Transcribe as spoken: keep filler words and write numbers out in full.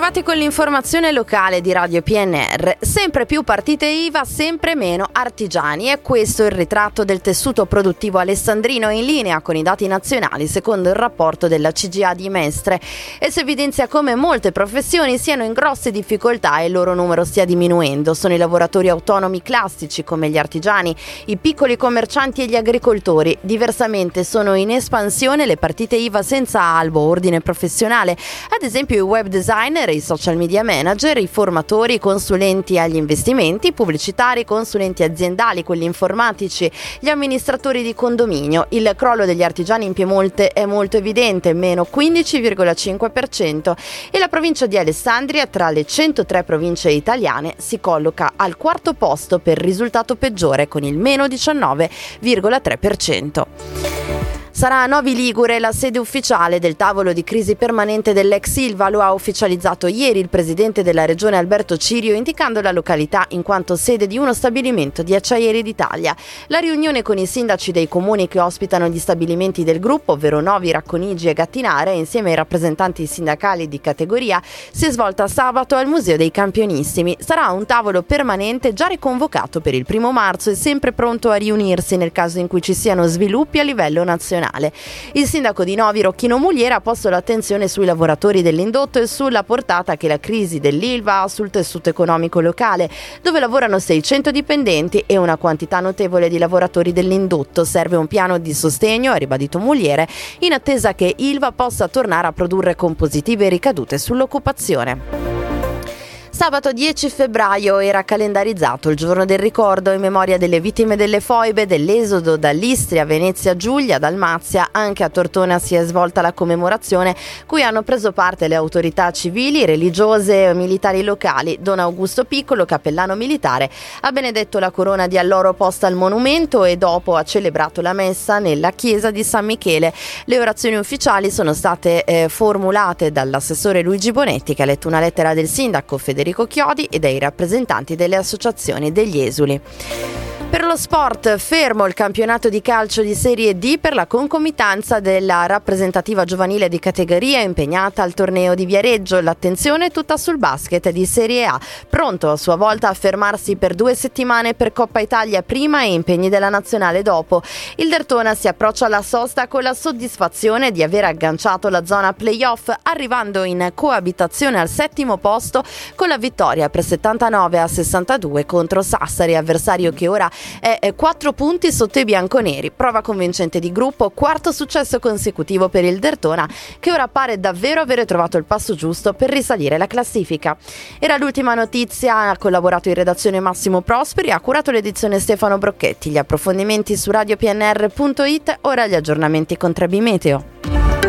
Bentrovati con l'informazione locale di Radio P N R. Sempre più partite I V A, sempre meno artigiani. È questo il ritratto del tessuto produttivo alessandrino, in linea con i dati nazionali secondo il rapporto della C G A di Mestre. E si evidenzia come molte professioni siano in grosse difficoltà e il loro numero stia diminuendo. Sono i lavoratori autonomi classici come gli artigiani, i piccoli commercianti e gli agricoltori. Diversamente sono in espansione le partite I V A senza albo o ordine professionale, ad esempio i web designer, i social media manager, i formatori, i consulenti agli investimenti, i pubblicitari, i consulenti aziendali, quelli informatici, gli amministratori di condominio. Il crollo degli artigiani in Piemonte è molto evidente, meno quindici virgola cinque per cento, e la provincia di Alessandria, tra le centotré province italiane, si colloca al quarto posto per risultato peggiore con il meno diciannove virgola tre per cento. Sarà a Novi Ligure la sede ufficiale del tavolo di crisi permanente dell'ex Ilva. Lo ha ufficializzato ieri il presidente della regione Alberto Cirio, indicando la località in quanto sede di uno stabilimento di Acciaieri d'Italia. La riunione con i sindaci dei comuni che ospitano gli stabilimenti del gruppo, ovvero Novi, Racconigi e Gattinara, insieme ai rappresentanti sindacali di categoria, si è svolta sabato al Museo dei Campionissimi. Sarà un tavolo permanente già riconvocato per il primo marzo e sempre pronto a riunirsi nel caso in cui ci siano sviluppi a livello nazionale. Il sindaco di Novi, Rocchino Muliera, ha posto l'attenzione sui lavoratori dell'indotto e sulla portata che la crisi dell'Ilva ha sul tessuto economico locale, dove lavorano seicento dipendenti e una quantità notevole di lavoratori dell'indotto. Serve un piano di sostegno, ha ribadito Muliere, in attesa che Ilva possa tornare a produrre con positive ricadute sull'occupazione. Sabato dieci febbraio era calendarizzato il giorno del ricordo in memoria delle vittime delle foibe, dell'esodo dall'Istria, Venezia, Giulia, Dalmazia. Anche a Tortona si è svolta la commemorazione, cui hanno preso parte le autorità civili, religiose e militari locali. Don Augusto Piccolo, cappellano militare, ha benedetto la corona di alloro posta al monumento e dopo ha celebrato la messa nella chiesa di San Michele. Le orazioni ufficiali sono state eh, formulate dall'assessore Luigi Bonetti, che ha letto una lettera del sindaco Federico Chiodi e dai rappresentanti delle associazioni degli esuli. Per lo sport, fermo il campionato di calcio di Serie D per la concomitanza della rappresentativa giovanile di categoria impegnata al torneo di Viareggio. L'attenzione è tutta sul basket di Serie A, pronto a sua volta a fermarsi per due settimane per Coppa Italia prima e impegni della nazionale dopo. Il Dertona si approccia alla sosta con la soddisfazione di aver agganciato la zona playoff, arrivando in coabitazione al settimo posto con la vittoria per settantanove a sessantadue contro Sassari, avversario che ora è quattro punti sotto i bianconeri. Prova convincente di gruppo, quarto successo consecutivo per il Dertona, che ora pare davvero avere trovato il passo giusto per risalire la classifica. Era l'ultima notizia, ha collaborato in redazione Massimo Prosperi, ha curato l'edizione Stefano Brocchetti. Gli approfondimenti su radio p n r punto i t, ora gli aggiornamenti con Trebi Meteo.